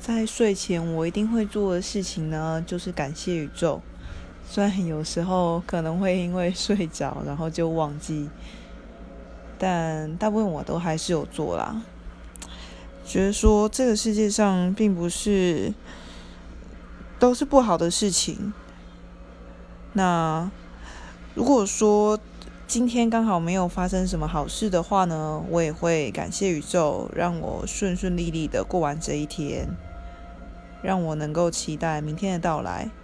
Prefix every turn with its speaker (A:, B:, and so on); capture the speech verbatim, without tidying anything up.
A: 在睡前我一定会做的事情呢，就是感谢宇宙。虽然有时候可能会因为睡着，然后就忘记，但大部分我都还是有做啦。觉得说这个世界上并不是都是不好的事情。那如果说今天刚好没有发生什么好事的话呢，我也会感谢宇宙，让我顺顺利利的过完这一天，让我能够期待明天的到来。